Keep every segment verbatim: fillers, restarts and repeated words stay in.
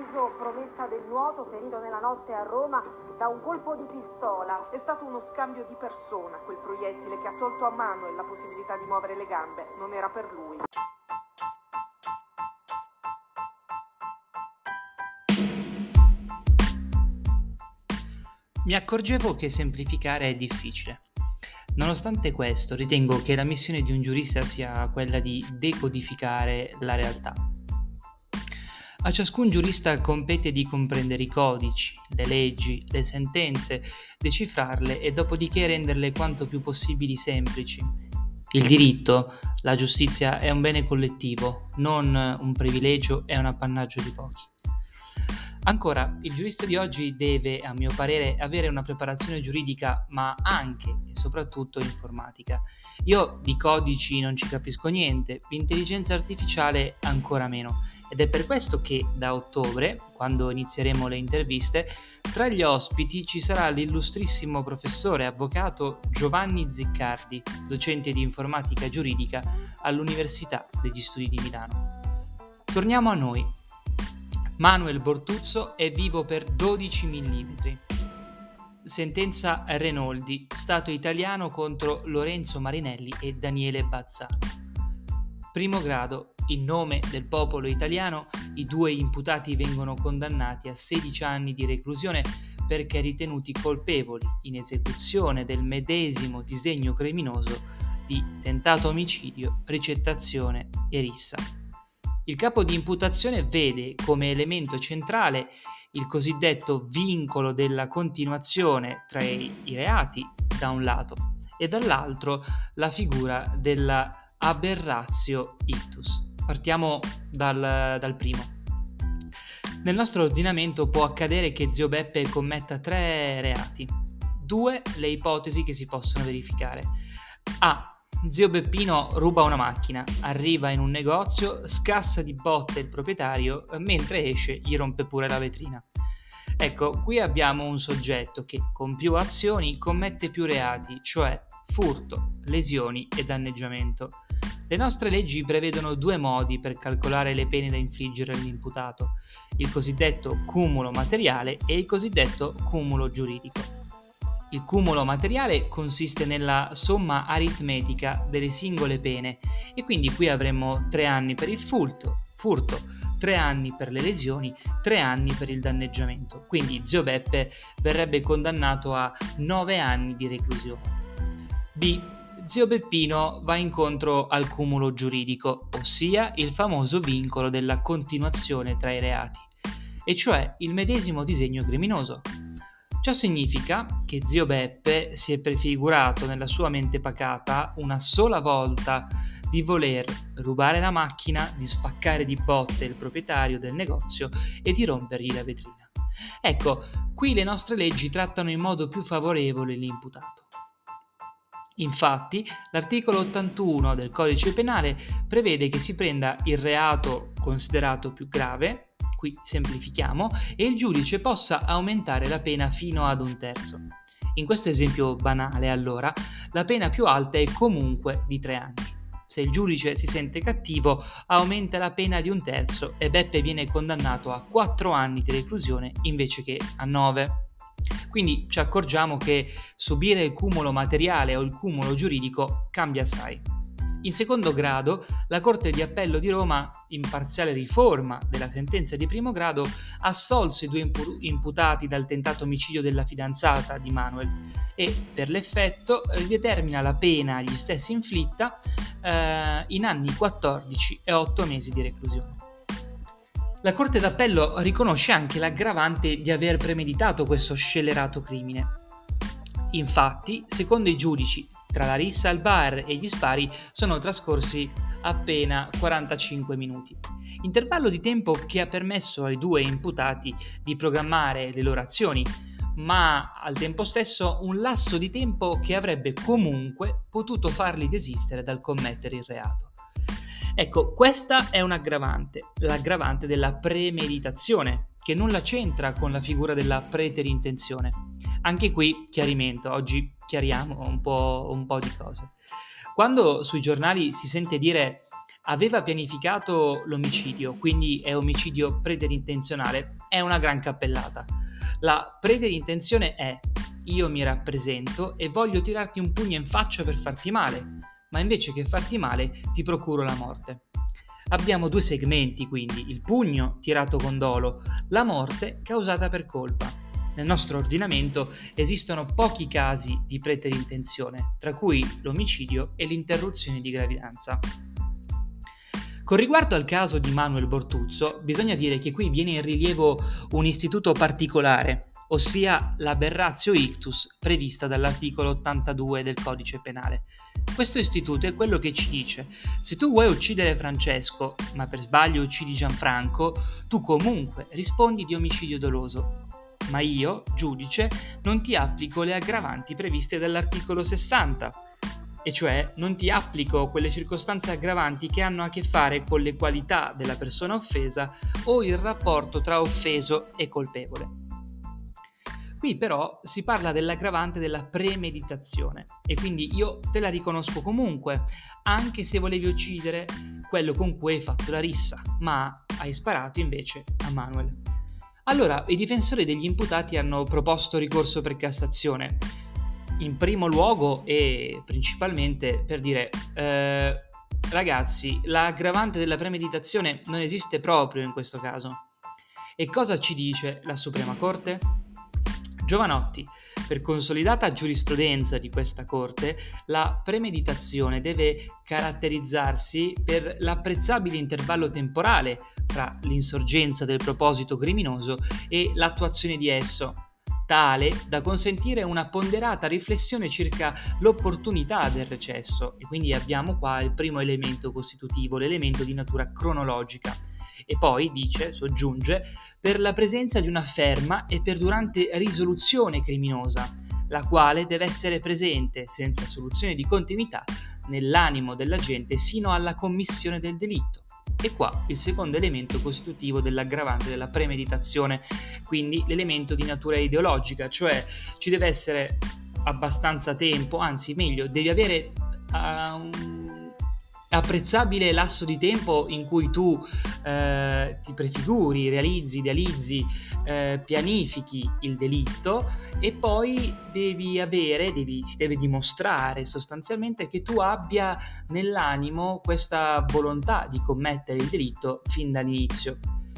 Bertuzzo, promessa del nuoto, ferito nella notte a Roma da un colpo di pistola. È stato uno scambio di persona, quel proiettile che ha tolto a Manuel la possibilità di muovere le gambe. Non era per lui. Mi accorgevo che semplificare è difficile. Nonostante questo, ritengo che la missione di un giurista sia quella di decodificare la realtà. A ciascun giurista compete di comprendere i codici, le leggi, le sentenze, decifrarle e dopodiché renderle quanto più possibili semplici. Il diritto, la giustizia è un bene collettivo, non un privilegio e un appannaggio di pochi. Ancora, il giurista di oggi deve, a mio parere, avere una preparazione giuridica, ma anche e soprattutto informatica. Io di codici non ci capisco niente, di intelligenza artificiale ancora meno. Ed è per questo che da ottobre, quando inizieremo le interviste, tra gli ospiti ci sarà l'illustrissimo professore avvocato Giovanni Ziccardi, docente di informatica giuridica all'Università degli Studi di Milano. Torniamo a noi. Manuel Bertuzzo è vivo per dodici millimetri. Sentenza Renoldi, Stato italiano contro Lorenzo Marinelli e Daniele Bazzano. Primo grado, in nome del popolo italiano, i due imputati vengono condannati a sedici anni di reclusione perché ritenuti colpevoli in esecuzione del medesimo disegno criminoso di tentato omicidio, ricettazione e rissa. Il capo di imputazione vede come elemento centrale il cosiddetto vincolo della continuazione tra i, i reati da un lato e dall'altro la figura della aberratio ictus. Partiamo dal, dal primo. Nel nostro ordinamento può accadere che zio Beppe commetta tre reati. Due le ipotesi che si possono verificare. A. Zio Beppino ruba una macchina, arriva in un negozio, scassa di botte il proprietario, mentre esce gli rompe pure la vetrina. Ecco, qui abbiamo un soggetto che con più azioni commette più reati, cioè furto, lesioni e danneggiamento. Le nostre leggi prevedono due modi per calcolare le pene da infliggere all'imputato, il cosiddetto cumulo materiale e il cosiddetto cumulo giuridico. Il cumulo materiale consiste nella somma aritmetica delle singole pene e quindi qui avremmo tre anni per il furto, furto, tre anni per le lesioni, tre anni per il danneggiamento. Quindi zio Beppe verrebbe condannato a nove anni di reclusione. B. Zio Beppino va incontro al cumulo giuridico, ossia il famoso vincolo della continuazione tra i reati, e cioè il medesimo disegno criminoso. Ciò significa che zio Beppe si è prefigurato nella sua mente pacata una sola volta di voler rubare la macchina, di spaccare di botte il proprietario del negozio e di rompergli la vetrina. Ecco, qui le nostre leggi trattano in modo più favorevole l'imputato. Infatti, l'articolo ottantuno del Codice Penale prevede che si prenda il reato considerato più grave, qui semplifichiamo, e il giudice possa aumentare la pena fino ad un terzo. In questo esempio banale, allora, la pena più alta è comunque di tre anni. Se il giudice si sente cattivo, aumenta la pena di un terzo e Beppe viene condannato a quattro anni di reclusione invece che a nove. Quindi ci accorgiamo che subire il cumulo materiale o il cumulo giuridico cambia assai. In secondo grado, la Corte di Appello di Roma, in parziale riforma della sentenza di primo grado, assolse i due impu- imputati dal tentato omicidio della fidanzata di Manuel e, per l'effetto, determina la pena agli stessi inflitta eh, in anni quattordici e otto mesi di reclusione. La Corte d'Appello riconosce anche l'aggravante di aver premeditato questo scellerato crimine. Infatti, secondo i giudici, tra la rissa al bar e gli spari sono trascorsi appena quarantacinque minuti, intervallo di tempo che ha permesso ai due imputati di programmare le loro azioni, ma al tempo stesso un lasso di tempo che avrebbe comunque potuto farli desistere dal commettere il reato. Ecco, questa è un'aggravante, l'aggravante della premeditazione, che nulla c'entra con la figura della preterintenzione. Anche qui chiarimento, oggi chiariamo un po', un po' di cose. Quando sui giornali si sente dire aveva pianificato l'omicidio, quindi è omicidio preterintenzionale, è una gran cappellata. La preterintenzionale è: io mi rappresento e voglio tirarti un pugno in faccia per farti male, ma invece che farti male ti procuro la morte. Abbiamo due segmenti, quindi: il pugno tirato con dolo, la morte causata per colpa. Nel nostro ordinamento esistono pochi casi di preterintenzione, tra cui l'omicidio e l'interruzione di gravidanza. Con riguardo al caso di Manuel Bortuzzo, bisogna dire che qui viene in rilievo un istituto particolare, ossia l'aberratio ictus prevista dall'articolo ottantadue del Codice Penale. Questo istituto è quello che ci dice: se tu vuoi uccidere Francesco, ma per sbaglio uccidi Gianfranco, tu comunque rispondi di omicidio doloso. Ma io, giudice, non ti applico le aggravanti previste dall'articolo sessanta, e cioè non ti applico quelle circostanze aggravanti che hanno a che fare con le qualità della persona offesa o il rapporto tra offeso e colpevole. Qui però si parla dell'aggravante della premeditazione e quindi io te la riconosco comunque, anche se volevi uccidere quello con cui hai fatto la rissa, ma hai sparato invece a Manuel. Allora, i difensori degli imputati hanno proposto ricorso per Cassazione, in primo luogo e principalmente per dire eh, ragazzi, l'aggravante della premeditazione non esiste proprio in questo caso. E cosa ci dice la Suprema Corte? Giovanotti, per consolidata giurisprudenza di questa Corte, la premeditazione deve caratterizzarsi per l'apprezzabile intervallo temporale tra l'insorgenza del proposito criminoso e l'attuazione di esso, tale da consentire una ponderata riflessione circa l'opportunità del recesso. E quindi abbiamo qua il primo elemento costitutivo, l'elemento di natura cronologica. E poi dice, soggiunge, per la presenza di una ferma e perdurante risoluzione criminosa, la quale deve essere presente senza soluzione di continuità nell'animo dell'agente sino alla commissione del delitto. E qua il secondo elemento costitutivo dell'aggravante della premeditazione, quindi l'elemento di natura ideologica, cioè ci deve essere abbastanza tempo, anzi meglio, devi avere uh, un apprezzabile lasso di tempo in cui tu eh, ti prefiguri, realizzi, idealizzi, eh, pianifichi il delitto e poi devi avere, devi, si deve dimostrare sostanzialmente che tu abbia nell'animo questa volontà di commettere il delitto fin dall'inizio.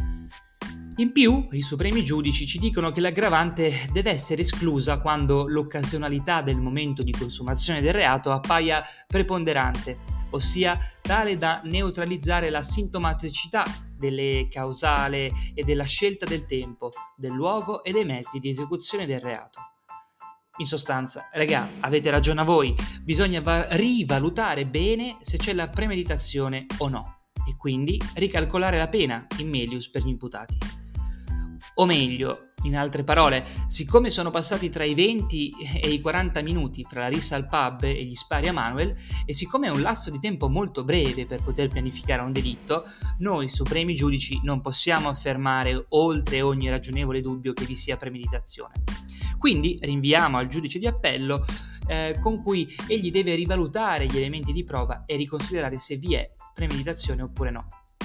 In più, i supremi giudici ci dicono che l'aggravante deve essere esclusa quando l'occasionalità del momento di consumazione del reato appaia preponderante, ossia tale da neutralizzare la sintomaticità delle causale e della scelta del tempo, del luogo e dei mezzi di esecuzione del reato. In sostanza, regà, avete ragione a voi, bisogna va- rivalutare bene se c'è la premeditazione o no, e quindi ricalcolare la pena in melius per gli imputati. O meglio, in altre parole, siccome sono passati tra i venti e i quaranta minuti fra la rissa al pub e gli spari a Manuel, e siccome è un lasso di tempo molto breve per poter pianificare un delitto, noi supremi giudici non possiamo affermare oltre ogni ragionevole dubbio che vi sia premeditazione. Quindi rinviamo al giudice di appello eh, con cui egli deve rivalutare gli elementi di prova e riconsiderare se vi è premeditazione oppure no.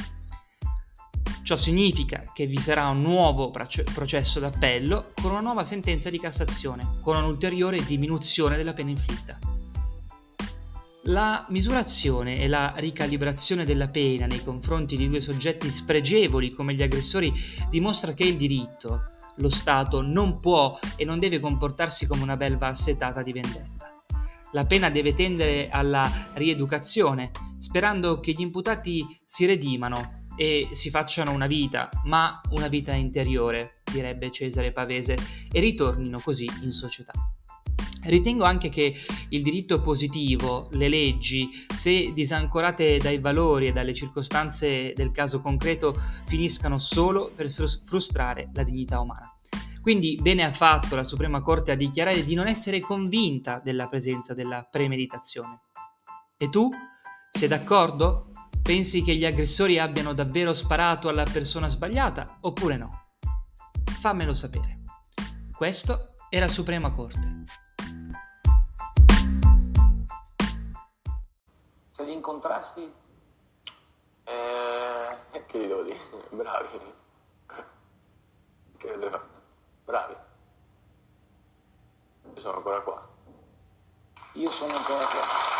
Ciò significa che vi sarà un nuovo processo d'appello con una nuova sentenza di Cassazione, con un'ulteriore diminuzione della pena inflitta. La misurazione e la ricalibrazione della pena nei confronti di due soggetti spregevoli come gli aggressori dimostra che il diritto, lo Stato, non può e non deve comportarsi come una belva assetata di vendetta. La pena deve tendere alla rieducazione, sperando che gli imputati si redimano e si facciano una vita, ma una vita interiore, direbbe Cesare Pavese, e ritornino così in società. Ritengo anche che il diritto positivo, le leggi, se disancorate dai valori e dalle circostanze del caso concreto, finiscano solo per frustrare la dignità umana. Quindi bene ha fatto la Suprema Corte a dichiarare di non essere convinta della presenza della premeditazione. E tu? Sei d'accordo? Pensi che gli aggressori abbiano davvero sparato alla persona sbagliata oppure no? Fammelo sapere. Questo è la Suprema Corte. Se li incontrassi, Eh, che gli devo dire? Bravi. Che devo fare? Bravi. Io sono ancora qua. Io sono ancora qua.